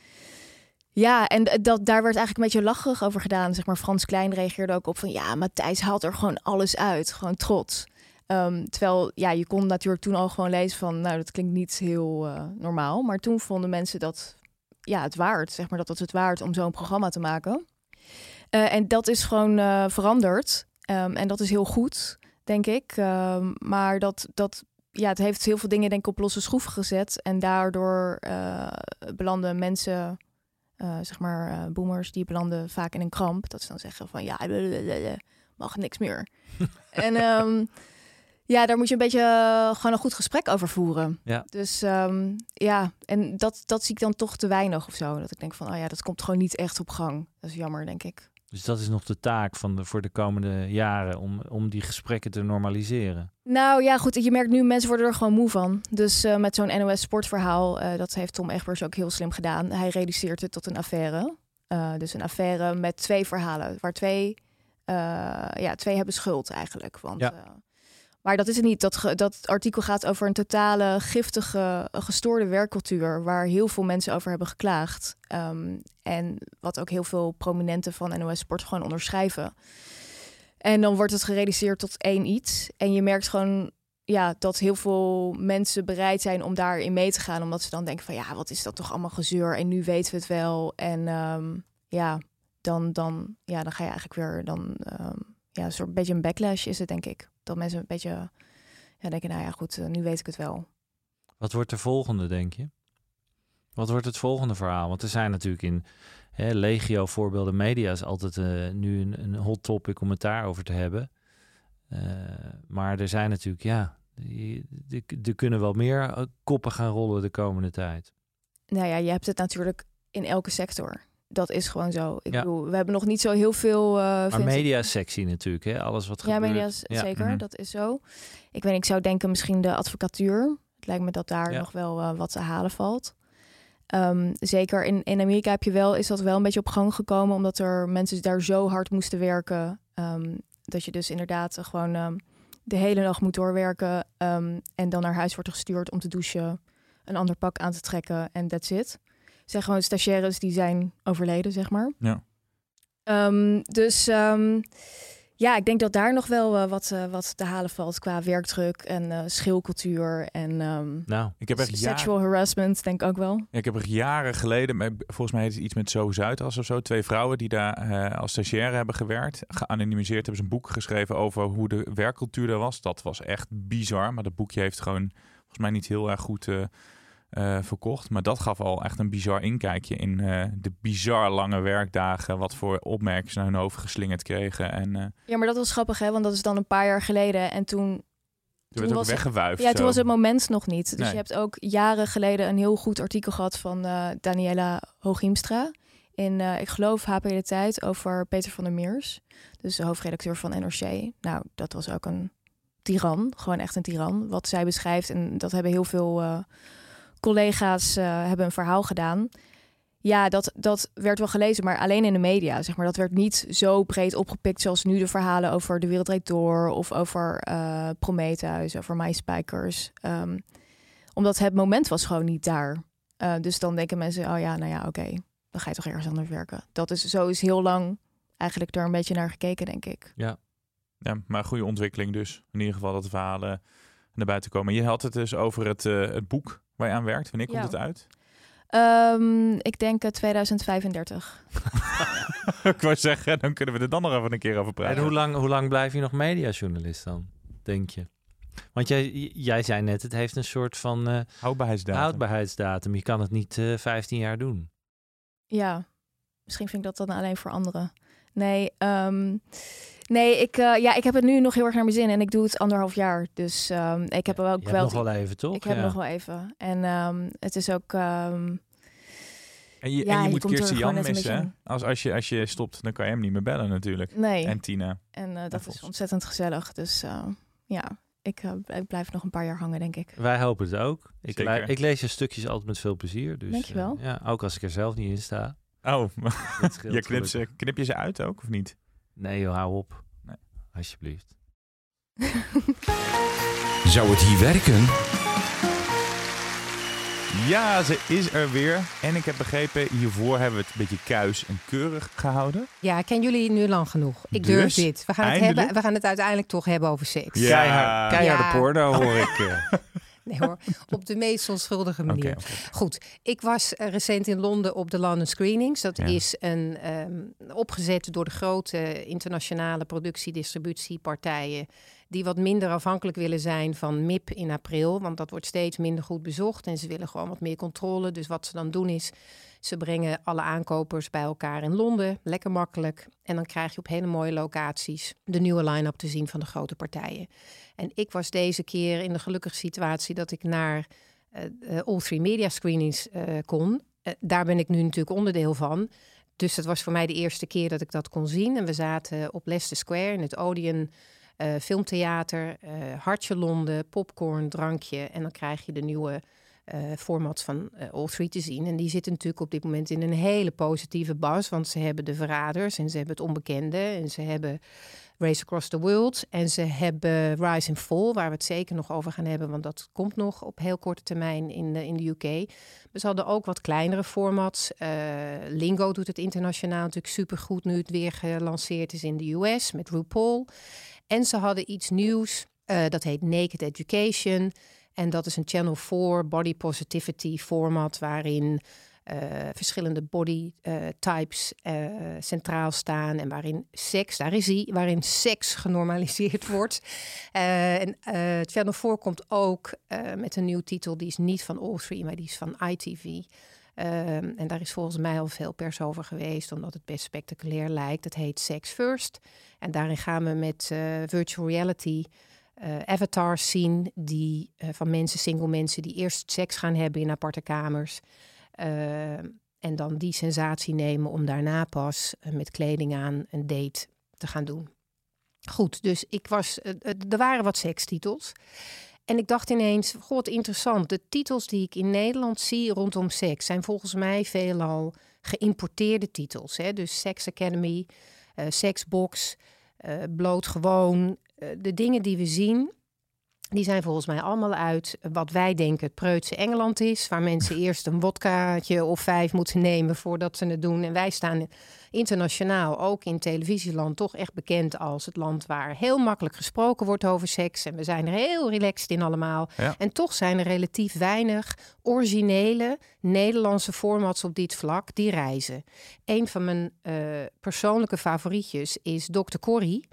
ja, en dat, daar werd eigenlijk een beetje lacherig over gedaan. Zeg maar, Frans Klein reageerde ook op van... ja, Matthijs haalt er gewoon alles uit. Gewoon trots. Um, terwijl, ja, je kon natuurlijk toen al gewoon lezen van... nou, dat klinkt niet heel uh, normaal. Maar toen vonden mensen dat ja, het waard. Zeg maar, dat het het waard om zo'n programma te maken. Uh, en dat is gewoon uh, veranderd. Um, en dat is heel goed, denk ik. Um, maar dat... dat ja, het heeft heel veel dingen denk ik op losse schroeven gezet. En daardoor uh, belanden mensen... Uh, zeg maar, uh, boomers, die belanden vaak in een kramp. Dat ze dan zeggen van, ja, blablabla, mag niks meer. en um, ja, daar moet je een beetje uh, gewoon een goed gesprek over voeren. Ja. Dus um, ja, en dat, dat zie ik dan toch te weinig of zo. Dat ik denk van, oh ja, dat komt gewoon niet echt op gang. Dat is jammer, denk ik. Dus dat is nog de taak van de, voor de komende jaren... Om, om die gesprekken te normaliseren. Nou ja, goed. Je merkt nu, mensen worden er gewoon moe van. Dus uh, met zo'n N O S sportverhaal... Uh, dat heeft Tom Egbers ook heel slim gedaan. Hij reduceert het tot een affaire. Uh, dus een affaire met twee verhalen. Waar twee, uh, ja, twee hebben schuld eigenlijk. Want, ja. uh, maar dat is het niet. Dat, ge, dat artikel gaat over een totale giftige, gestoorde werkcultuur... waar heel veel mensen over hebben geklaagd. Um, en wat ook heel veel prominenten van N O S Sport gewoon onderschrijven. En dan wordt het gereduceerd tot één iets. En je merkt gewoon ja, dat heel veel mensen bereid zijn om daarin mee te gaan. Omdat ze dan denken van ja, wat is dat toch allemaal gezeur. En nu weten we het wel. En um, ja, dan, dan, ja, dan ga je eigenlijk weer... Dan, um, ja, een soort beetje een backlash is het, denk ik. Dat mensen een beetje ja, denken, nou ja, goed, uh, nu weet ik het wel. Wat wordt de volgende, denk je? Wat wordt het volgende verhaal? Want er zijn natuurlijk in hè, legio voorbeelden. Media is altijd uh, nu een, een hot topic om het daarover te hebben. Uh, maar er zijn natuurlijk, ja, er kunnen wel meer koppen gaan rollen de komende tijd. Nou ja, je hebt het natuurlijk in elke sector. Dat is gewoon zo. Ik ja. bedoel, we hebben nog niet zo heel veel... Uh, maar media is sexy natuurlijk, hè? Alles wat ja, gebeurt. Media is, ja, zeker. Mm-hmm. Dat is zo. Ik weet, ik zou denken misschien de advocatuur. Het lijkt me dat daar ja. nog wel uh, wat te halen valt. Um, zeker in, in Amerika heb je wel, is dat wel een beetje op gang gekomen, omdat er mensen daar zo hard moesten werken. Um, dat je dus inderdaad uh, gewoon um, de hele dag moet doorwerken. Um, en dan naar huis wordt gestuurd om te douchen, een ander pak aan te trekken en that's it. Het zijn gewoon stagiaires die zijn overleden, zeg maar. Ja. Um, dus um, Ja, ik denk dat daar nog wel uh, wat, uh, wat te halen valt qua werkdruk en uh, schreeuwcultuur en um, nou, ik heb echt sexual jaar... harassment, denk ik ook wel. Ja, ik heb er jaren geleden, volgens mij heet het iets met Zo Zuidas of zo, twee vrouwen die daar uh, als stagiaire hebben gewerkt. Geanonimiseerd hebben ze een boek geschreven over hoe de werkcultuur er was. Dat was echt bizar, maar dat boekje heeft gewoon volgens mij niet heel erg goed uh, uh, verkocht. Maar dat gaf al echt een bizar inkijkje in uh, de bizar lange werkdagen. Wat voor opmerkingen naar hun hoofd geslingerd kregen. En, uh, ja, maar dat was grappig, hè? Want dat is dan een paar jaar geleden. En toen... Toen, toen werd ook weggewuifd. Ja, toen zo. was het moment nog niet. Dus nee. je hebt ook jaren geleden een heel goed artikel gehad van uh, Daniela Hooghiemstra. In, uh, ik geloof, H P De Tijd over Peter van der Meers. Dus de hoofdredacteur van N R C. Nou, dat was ook een tiran. Gewoon echt een tiran. Wat zij beschrijft. En dat hebben heel veel... Uh, collega's uh, hebben een verhaal gedaan. Ja, dat, dat werd wel gelezen, maar alleen in de media. Zeg maar. Dat werd niet zo breed opgepikt zoals nu de verhalen over De Wereld Draait Door of over uh, Prometheus, over MySpijkers. Um, omdat het moment was gewoon niet daar. Uh, dus dan denken mensen, oh ja, nou ja, oké, okay, dan ga je toch ergens anders werken. Dat is, zo is heel lang eigenlijk er een beetje naar gekeken, denk ik. Ja, ja, maar goede ontwikkeling dus. In ieder geval dat de verhalen naar buiten komen. Je had het dus over het, uh, het boek waar je aan werkt. Wanneer komt ja. het uit? Um, ik denk uh, tweeduizend vijfendertig. Ik wou zeggen, dan kunnen we er dan nog even een keer over praten. En hoe lang, hoe lang blijf je nog mediajournalist dan, denk je? Want jij, jij zei net, het heeft een soort van uh, houdbaarheidsdatum. houdbaarheidsdatum. Je kan het niet uh, vijftien jaar doen. Ja, misschien vind ik dat dan alleen voor anderen. Nee, um, nee ik, uh, ja, ik heb het nu nog heel erg naar mijn zin en ik doe het anderhalf jaar. Dus um, ik heb ook je wel... nog wel even, toch? Ik heb ja. nog wel even. En um, het is ook... Um, en je, ja, en je, je moet Kirsten Jan missen, beetje... als, als, je, als je stopt, dan kan je hem niet meer bellen natuurlijk. Nee. En Tina. En uh, dat is ontzettend gezellig. Dus uh, ja, ik, uh, ik blijf nog een paar jaar hangen, denk ik. Wij hopen het ook. Ik, le- ik lees je stukjes altijd met veel plezier. Dus, dankjewel. Uh, ja, ook als ik er zelf niet in sta. Oh, je knip, ze, knip je ze uit ook, of niet? Nee joh, hou op. Nee. Alsjeblieft. Zou het hier werken? Ja, ze is er weer. En ik heb begrepen, hiervoor hebben we het een beetje kuis en keurig gehouden. Ja, ik ken jullie nu lang genoeg. Ik dus, durf dit. We gaan, het hebben, we gaan het uiteindelijk toch hebben over seks. Ja. Keihard, keiharde ja. porno hoor ik. Nee hoor, op de meest onschuldige manier. Okay, okay. Goed, ik was recent in Londen op de London Screenings. Dat ja. is een um, opgezet door de grote internationale productie-distributiepartijen die wat minder afhankelijk willen zijn van M I P in april. Want dat wordt steeds minder goed bezocht en ze willen gewoon wat meer controle. Dus wat ze dan doen is, ze brengen alle aankopers bij elkaar in Londen. Lekker makkelijk. En dan krijg je op hele mooie locaties de nieuwe line-up te zien van de grote partijen. En ik was deze keer in de gelukkige situatie dat ik naar uh, All Three Media Screenings uh, kon. Uh, daar ben ik nu natuurlijk onderdeel van. Dus dat was voor mij de eerste keer dat ik dat kon zien. En we zaten op Leicester Square in het Odeon uh, Filmtheater. Uh, hartje Londen, popcorn, drankje. En dan krijg je de nieuwe uh, formats van uh, All Three te zien. En die zitten natuurlijk op dit moment in een hele positieve bas. Want ze hebben De Verraders en ze hebben Het Onbekende. En ze hebben Race Across the World. En ze hebben Rise and Fall, waar we het zeker nog over gaan hebben. Want dat komt nog op heel korte termijn in de, in de U K. Maar ze hadden ook wat kleinere formats. Uh, Lingo doet het internationaal natuurlijk supergoed nu het weer gelanceerd is in de U S met RuPaul. En ze hadden iets nieuws, uh, dat heet Naked Education. En dat is een Channel vier body positivity format waarin Uh, verschillende body uh, types uh, centraal staan en waarin seks, daar is hij, waarin seks genormaliseerd wordt. Uh, en uh, Channel vier komt ook uh, met een nieuwe titel, die is niet van All Three, maar die is van I T V. Uh, en daar is volgens mij al veel pers over geweest, omdat het best spectaculair lijkt. Het heet Sex First. En daarin gaan we met uh, virtual reality Uh, avatars zien die, uh, van mensen, single mensen, die eerst seks gaan hebben in aparte kamers. Uh, en dan die sensatie nemen om daarna pas uh, met kleding aan een date te gaan doen. Goed, dus ik was, uh, uh, er waren wat sekstitels. En ik dacht ineens, goh, wat interessant. De titels die ik in Nederland zie rondom seks zijn volgens mij veelal geïmporteerde titels. Hè? Dus Sex Academy, uh, Sexbox, uh, Bloot Gewoon. Uh, de dingen die we zien, Die zijn volgens mij allemaal uit wat wij denken het preutse Engeland is. Waar mensen eerst een wodkaatje of vijf moeten nemen voordat ze het doen. En wij staan internationaal, ook in televisieland, toch echt bekend als het land waar heel makkelijk gesproken wordt over seks. En we zijn er heel relaxed in allemaal. Ja. En toch zijn er relatief weinig originele Nederlandse formats op dit vlak die reizen. Een van mijn uh, persoonlijke favorietjes is dokter Corrie.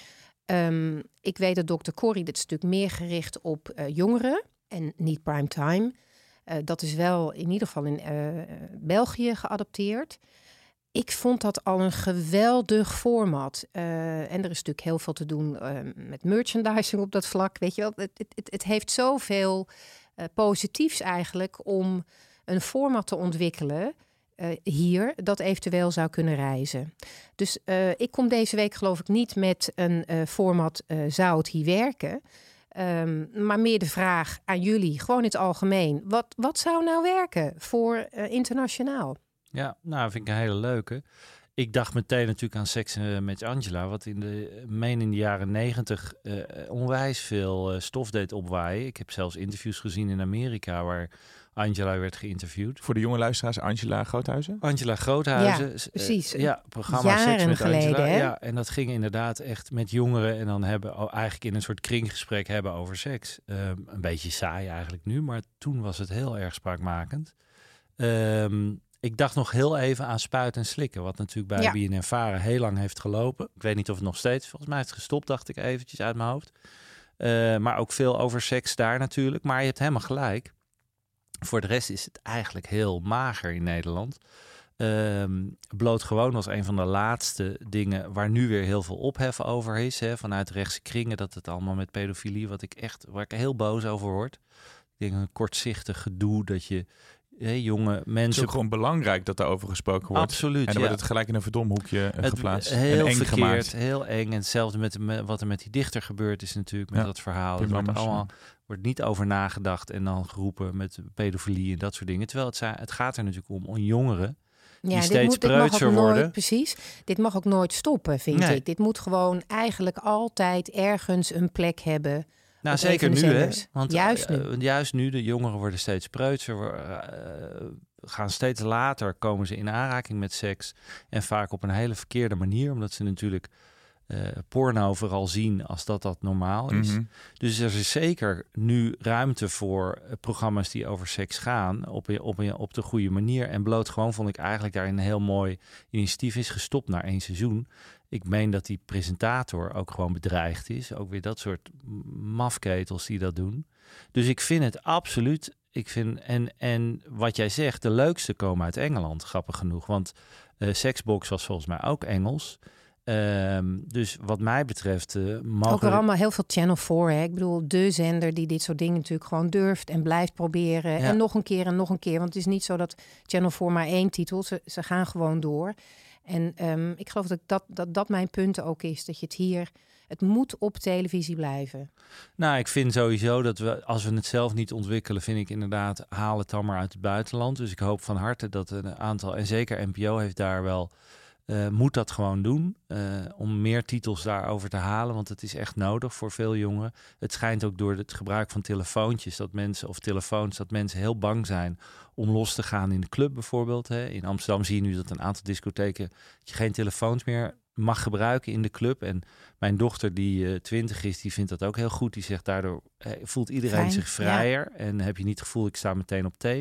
Um, ik weet dat dokter Corrie, dit is natuurlijk meer gericht op uh, jongeren en niet primetime. Uh, dat is wel in ieder geval in uh, België geadapteerd. Ik vond dat al een geweldig format. Uh, en er is natuurlijk heel veel te doen uh, met merchandising op dat vlak. Weet je wel, het, het, het heeft zoveel uh, positiefs eigenlijk om een format te ontwikkelen Uh, hier, dat eventueel zou kunnen reizen. Dus uh, ik kom deze week geloof ik niet met een uh, format, uh, zou het hier werken? Um, maar meer de vraag aan jullie, gewoon in het algemeen. Wat, wat zou nou werken voor uh, internationaal? Ja, nou vind ik een hele leuke. Ik dacht meteen natuurlijk aan Seks uh, met Angela, wat in de, meen in de jaren negentig uh, onwijs veel uh, stof deed opwaaien. Ik heb zelfs interviews gezien in Amerika waar Angela werd geïnterviewd. Voor de jonge luisteraars, Angela Groothuizen? Angela Groothuizen. Ja, precies. Uh, ja, programma Jaren Seks met geleden, Angela. hè? Ja, en dat ging inderdaad echt met jongeren en dan hebben oh, eigenlijk in een soort kringgesprek hebben over seks. Uh, een beetje saai eigenlijk nu, maar toen was het heel erg spraakmakend. Um, Ik dacht nog heel even aan Spuiten en Slikken, wat natuurlijk bij ja. B N N Vara heel lang heeft gelopen. Ik weet niet of het nog steeds, volgens mij is het gestopt, dacht ik eventjes uit mijn hoofd. Uh, maar ook veel over seks daar natuurlijk. Maar je hebt helemaal gelijk. Voor de rest is het eigenlijk heel mager in Nederland. Um, Bloot Gewoon was een van de laatste dingen waar nu weer heel veel ophef over is. Hè, vanuit rechtse kringen, dat het allemaal met pedofilie, wat ik echt, waar ik heel boos over word. Ik denk een kortzichtig gedoe dat je... Hey, jonge mensen. Het is ook gewoon belangrijk dat daarover gesproken wordt. Absoluut. En dan ja. wordt het gelijk in een verdomhoekje het, geplaatst. Heel en eng verkeerd, gemaakt. heel eng. En hetzelfde met, met wat er met die dichter gebeurd is natuurlijk, met ja. dat verhaal. Er wordt allemaal wordt niet over nagedacht en dan geroepen met pedofilie en dat soort dingen. Terwijl het, het gaat er natuurlijk om, om jongeren die ja, steeds moet, preutser worden. Nooit, precies. Dit mag ook nooit stoppen, vind nee. ik. Dit moet gewoon eigenlijk altijd ergens een plek hebben. Nou, zeker nu, hè? Want juist nu. Uh, juist nu, de jongeren worden steeds preutser, uh, gaan steeds later, komen ze in aanraking met seks. En vaak op een hele verkeerde manier, omdat ze natuurlijk uh, porno vooral zien als dat dat normaal is. Mm-hmm. Dus er is zeker nu ruimte voor uh, programma's die over seks gaan, op, op, op de goede manier. En Bloot Gewoon vond ik eigenlijk daarin een heel mooi initiatief, is gestopt na één seizoen. Ik meen dat die presentator ook gewoon bedreigd is. Ook weer dat soort mafketels die dat doen. Dus ik vind het absoluut... Ik vind, en, en wat jij zegt, de leukste komen uit Engeland, grappig genoeg. Want uh, Sexbox was volgens mij ook Engels. Um, dus wat mij betreft... Uh, mogen... Ook er allemaal heel veel Channel four. Hè? Ik bedoel, de zender die dit soort dingen natuurlijk gewoon durft en blijft proberen. Ja. En nog een keer en nog een keer. Want het is niet zo dat Channel four maar één titel. Ze, ze gaan gewoon door. En um, ik geloof dat dat, dat dat mijn punt ook is. Dat je het hier... Het moet op televisie blijven. Nou, ik vind sowieso dat we, als we het zelf niet ontwikkelen, vind ik inderdaad, haal het dan maar uit het buitenland. Dus ik hoop van harte dat een aantal, en zeker N P O heeft daar wel, uh, moet dat gewoon doen. Uh, om meer titels daarover te halen, want het is echt nodig voor veel jongeren. Het schijnt ook door het gebruik van telefoontjes, dat mensen, of telefoons, dat mensen heel bang zijn om los te gaan in de club bijvoorbeeld. Hè. In Amsterdam zie je nu dat een aantal discotheken dat je geen telefoons meer mag gebruiken in de club. En mijn dochter die uh, twintig is, die vindt dat ook heel goed. Die zegt daardoor eh, voelt iedereen Fijn, zich vrijer. Ja. En heb je niet het gevoel, ik sta meteen op tape.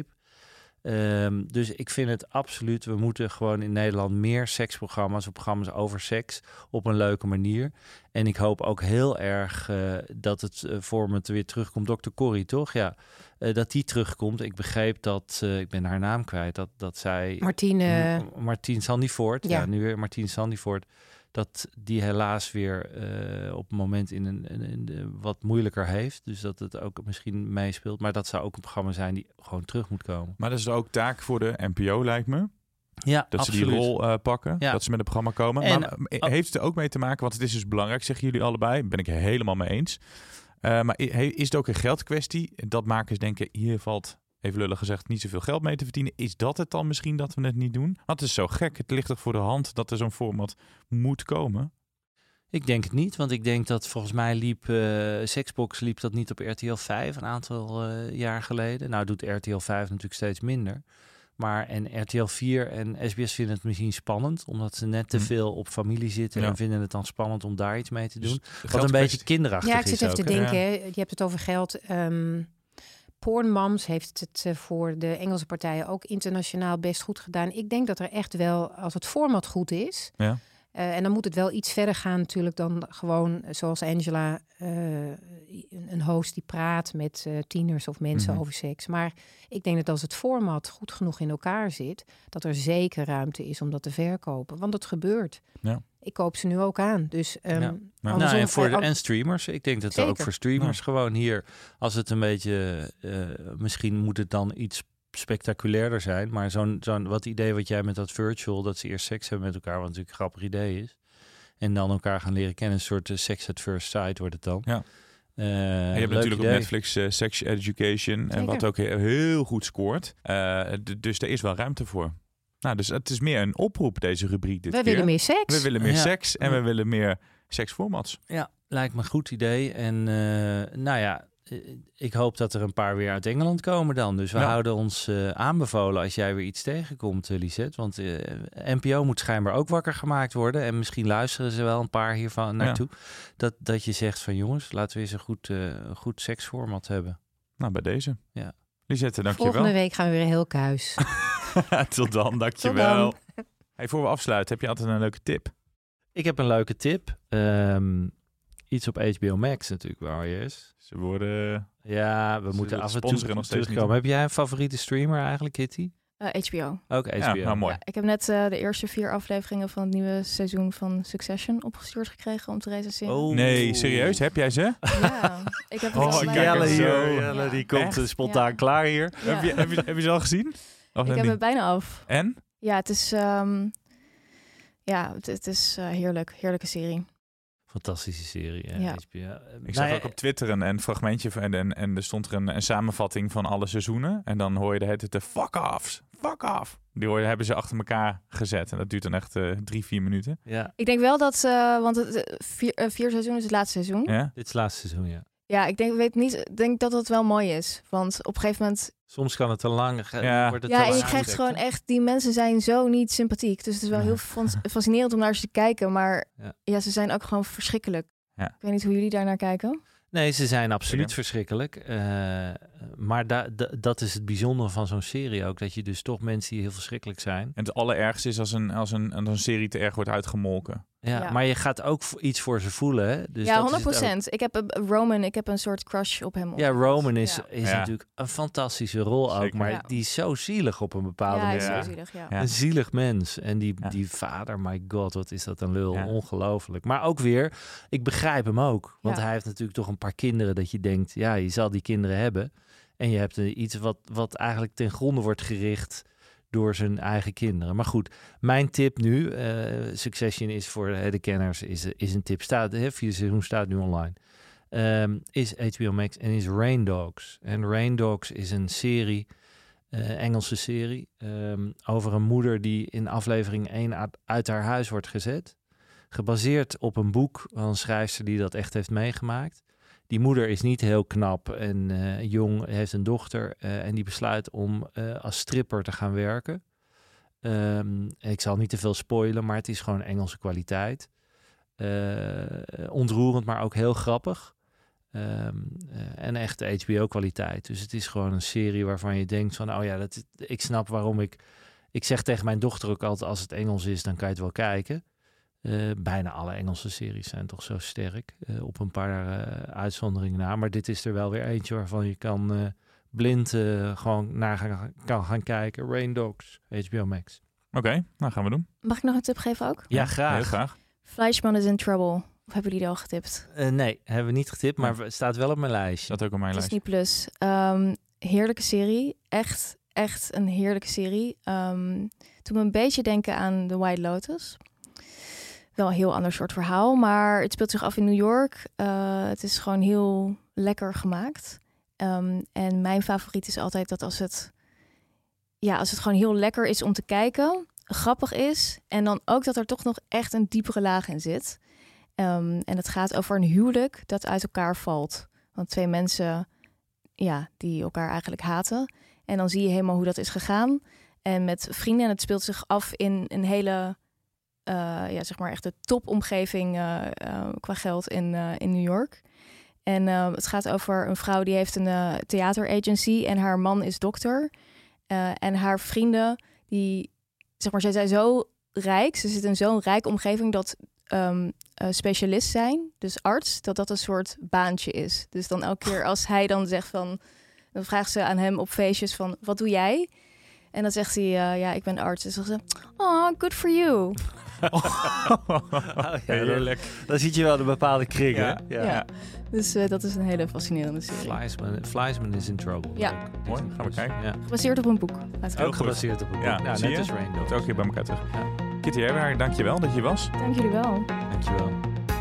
Um, dus ik vind het absoluut, we moeten gewoon in Nederland meer seksprogramma's, of programma's over seks op een leuke manier. En ik hoop ook heel erg uh, dat het uh, format weer terugkomt. dokter Corrie, toch? Ja, uh, dat die terugkomt. Ik begreep dat, uh, ik ben haar naam kwijt, dat, dat zij... Martine... M- Martien Sandivoort, ja. ja, nu weer Martien Sandivoort, dat die helaas weer uh, op het moment in een, in, in de, wat moeilijker heeft. Dus dat het ook misschien meespeelt. Maar dat zou ook een programma zijn die gewoon terug moet komen. Maar dat is ook taak voor de N P O, lijkt me. Ja, dat absoluut. ze die rol uh, pakken, ja. dat ze met een programma komen. En, maar uh, heeft het er ook mee te maken, want het is dus belangrijk, zeggen jullie allebei. Ben ik helemaal mee eens. Uh, maar is het ook een geldkwestie? Dat makers denken, hier valt... even lullig gezegd, niet zoveel geld mee te verdienen. Is dat het dan misschien dat we het niet doen? Want het is zo gek. Het ligt toch voor de hand dat er zo'n format moet komen? Ik denk het niet, want ik denk dat volgens mij liep uh, Sexbox liep dat niet op R T L vijf een aantal uh, jaar geleden. Nou doet R T L vijf natuurlijk steeds minder. Maar en R T L vier en S B S vinden het misschien spannend, omdat ze net te veel op familie zitten ja. en vinden het dan spannend om daar iets mee te doen. Dus wat een beetje kinderachtig is. Ja, ik zit even ook, te hè? denken, je hebt het over geld. Um, Porn Moms heeft het uh, voor de Engelse partijen ook internationaal best goed gedaan. Ik denk dat er echt wel, als het format goed is... Ja. Uh, en dan moet het wel iets verder gaan natuurlijk dan gewoon, zoals Angela, uh, een host die praat met uh, tieners of mensen mm-hmm. over seks. Maar ik denk dat als het format goed genoeg in elkaar zit, dat er zeker ruimte is om dat te verkopen. Want het gebeurt. Ja. Ik koop ze nu ook aan. Dus um, ja. Nou, en voor de, en streamers. Ik denk dat er ook voor streamers ja. gewoon hier, als het een beetje, uh, misschien moet het dan iets spectaculairder zijn, maar zo'n, zo'n wat idee wat jij met dat virtual, dat ze eerst seks hebben met elkaar, wat natuurlijk een grappig idee is, en dan elkaar gaan leren kennen, een soort uh, sex at first sight wordt het dan. Ja. Uh, en je hebt natuurlijk idee. Op Netflix uh, Sex Education, Zeker. En wat ook heel, heel goed scoort. Uh, d- dus er is wel ruimte voor. Nou, dus het is meer een oproep, deze rubriek dit We keer. willen meer seks. We willen meer ja. seks en we willen meer seksformats. Ja, lijkt me een goed idee. En uh, nou ja, ik hoop dat er een paar weer uit Engeland komen dan. Dus we ja. houden ons uh, aanbevolen als jij weer iets tegenkomt, uh, Lisette. Want uh, N P O moet schijnbaar ook wakker gemaakt worden. En misschien luisteren ze wel een paar hiervan naartoe. Ja. Dat, dat je zegt van jongens, laten we eens een goed, uh, goed seksformat hebben. Nou, bij deze. Ja. Lisette, dankjewel. Volgende week gaan we weer heel kuis. Tot dan, dankjewel. Tot dan. Hey, voor we afsluiten, heb je altijd een leuke tip? Ik heb een leuke tip. Um, iets op H B O Max natuurlijk, waar je is. Ze worden... Ja, we ze moeten af en toe nog steeds terugkomen. Heb jij een favoriete streamer eigenlijk, Kitty? Uh, H B O. Ook H B O. Ja, nou, mooi. Ja, ik heb net uh, de eerste vier afleveringen van het nieuwe seizoen van Succession opgestuurd gekregen om te recenseren. Oh. Nee, serieus? Heb jij ze? Ja, ik heb het oh, al kijk Jelle eens hier. zo. Jelle, die komt Echt? spontaan ja. klaar hier. Ja. Heb, je, heb, je, heb je ze al gezien? Of ik heb niet? Het bijna af. En? Ja, het is, um, ja, het, het is uh, heerlijk. Heerlijke serie. Fantastische serie. Ja. Ja. H B O. Ik zag ook op Twitter een, een fragmentje van, en, en er stond er een, een samenvatting van alle seizoenen. En dan hoor je de hele tijd fuck-offs, fuck-off. Die hoor je, hebben ze achter elkaar gezet. En dat duurt dan echt uh, drie, vier minuten. Ja. Ik denk wel dat, uh, want het uh, vier, uh, vier seizoenen is het laatste seizoen. Ja? Dit is het laatste seizoen, ja. Ja, ik denk, weet niet, denk dat het wel mooi is. Want op een gegeven moment... Soms kan het te lang. Ja, wordt het ja te en lang je krijgt aangedekt, gewoon hè? echt... Die mensen zijn zo niet sympathiek. Dus het is wel heel fascinerend om naar ze te kijken. Maar ja. ja, ze zijn ook gewoon verschrikkelijk. Ja. Ik weet niet hoe jullie daar naar kijken. Nee, ze zijn absoluut ja. verschrikkelijk. Uh, maar da- da- dat is het bijzondere van zo'n serie ook. Dat je dus toch mensen die heel verschrikkelijk zijn. En het allerergste is als een, als een, als een serie te erg wordt uitgemolken. Ja, Ja. maar je gaat ook voor iets voor ze voelen. Hè? Dus ja, dat honderd is het ook. procent. Ik heb een Roman, ik heb een soort crush op hem. Ja, Roman is, Ja. is Ja. natuurlijk een fantastische rol ook. Zeker. Maar Ja. die is zo zielig op een bepaalde Ja, hij is manier. zo zielig, ja. Ja. Een zielig mens. En die, Ja. die vader, my god, wat is dat een lul. Ja. Ongelooflijk. Maar ook weer, ik begrijp hem ook. Want Ja. hij heeft natuurlijk toch een paar kinderen dat je denkt, ja, je zal die kinderen hebben. En je hebt een, iets wat, wat eigenlijk ten gronde wordt gericht door zijn eigen kinderen. Maar goed, mijn tip nu, uh, Succession is voor uh, de kenners, is, is een tip. Staat, hè, vierde seizoen staat nu online. Um, is H B O Max en is Rain Dogs. En Rain Dogs is een serie, uh, Engelse serie, um, over een moeder die in aflevering één uit, uit haar huis wordt gezet. Gebaseerd op een boek van een schrijfster die dat echt heeft meegemaakt. Die moeder is niet heel knap en uh, jong, heeft een dochter uh, en die besluit om uh, als stripper te gaan werken. Um, ik zal niet te veel spoilen, maar het is gewoon Engelse kwaliteit. Uh, ontroerend, maar ook heel grappig. Um, uh, en echt H B O-kwaliteit. Dus het is gewoon een serie waarvan je denkt van, oh ja, dat, ik snap waarom ik... Ik zeg tegen mijn dochter ook altijd, als het Engels is, dan kan je het wel kijken. Uh, bijna alle Engelse series zijn toch zo sterk. Uh, op een paar uh, uitzonderingen na. Maar dit is er wel weer eentje waarvan je kan uh, blind uh, gewoon naar gaan, kan gaan kijken. Rain Dogs, H B O Max. Oké, okay, nou gaan we doen. Mag ik nog een tip geven ook? Ja, graag. Heel graag. Fleischman is in Trouble. Of hebben jullie die al getipt? Uh, nee, hebben we niet getipt, maar het staat wel op mijn lijstje. Dat ook op mijn Disney lijstje. Plus. Um, heerlijke serie. Echt, echt een heerlijke serie. Um, doet me een beetje denken aan The White Lotus. Wel een heel ander soort verhaal, maar het speelt zich af in New York. Uh, het is gewoon heel lekker gemaakt. Um, en mijn favoriet is altijd dat als het, ja, als het gewoon heel lekker is om te kijken, grappig is en dan ook dat er toch nog echt een diepere laag in zit. Um, en het gaat over een huwelijk dat uit elkaar valt. Want twee mensen ja, die elkaar eigenlijk haten. En dan zie je helemaal hoe dat is gegaan. En met vrienden. En het speelt zich af in een hele, uh, ja, zeg maar echt de topomgeving uh, uh, qua geld in, uh, in New York. En uh, het gaat over een vrouw die heeft een uh, theateragency en haar man is dokter. Uh, en haar vrienden, die, zeg maar, zij zijn zo rijk. Ze zitten in zo'n rijke omgeving dat um, uh, specialist zijn, dus arts, dat dat een soort baantje is. Dus dan elke keer als hij dan zegt van, dan vraagt ze aan hem op feestjes van, wat doe jij? En dan zegt hij, uh, ja, ik ben arts. En dan zegt ze, oh, good for you. Oh, ja, heerlijk. Dan, dan ziet je wel de bepaalde kringen. Ja. Ja. Ja. Dus uh, dat is een hele fascinerende serie. Fleisman, Fleisman is in trouble. Ja. Ook. Mooi, gaan we kijken. Ja. Gebaseerd op een boek. Ook gebaseerd op een boek. Ja, ja, net als Rainbow. Het ook hier bij elkaar terug. Ja. Kitty Eberhaar, dank je wel dat je was. Dank jullie wel. Dank je wel.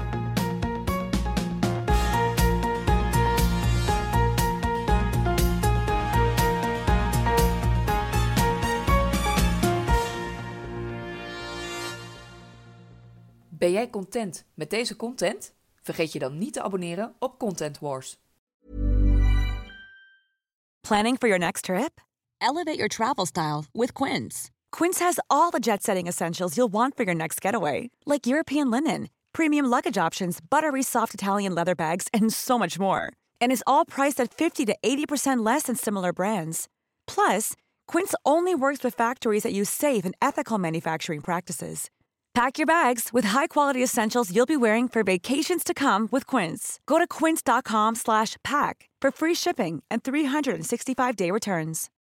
Ben jij content met deze content? Vergeet je dan niet te abonneren op Content Wars. Planning for your next trip? Elevate your travel style with Quince. Quince has all the jet-setting essentials you'll want for your next getaway, like European linen, premium luggage options, buttery soft Italian leather bags, and so much more. And is all priced at fifty to eighty percent less than similar brands. Plus, Quince only works with factories that use safe and ethical manufacturing practices. Pack your bags with high-quality essentials you'll be wearing for vacations to come with Quince. Go to quince.com slash pack for free shipping and three sixty-five day returns.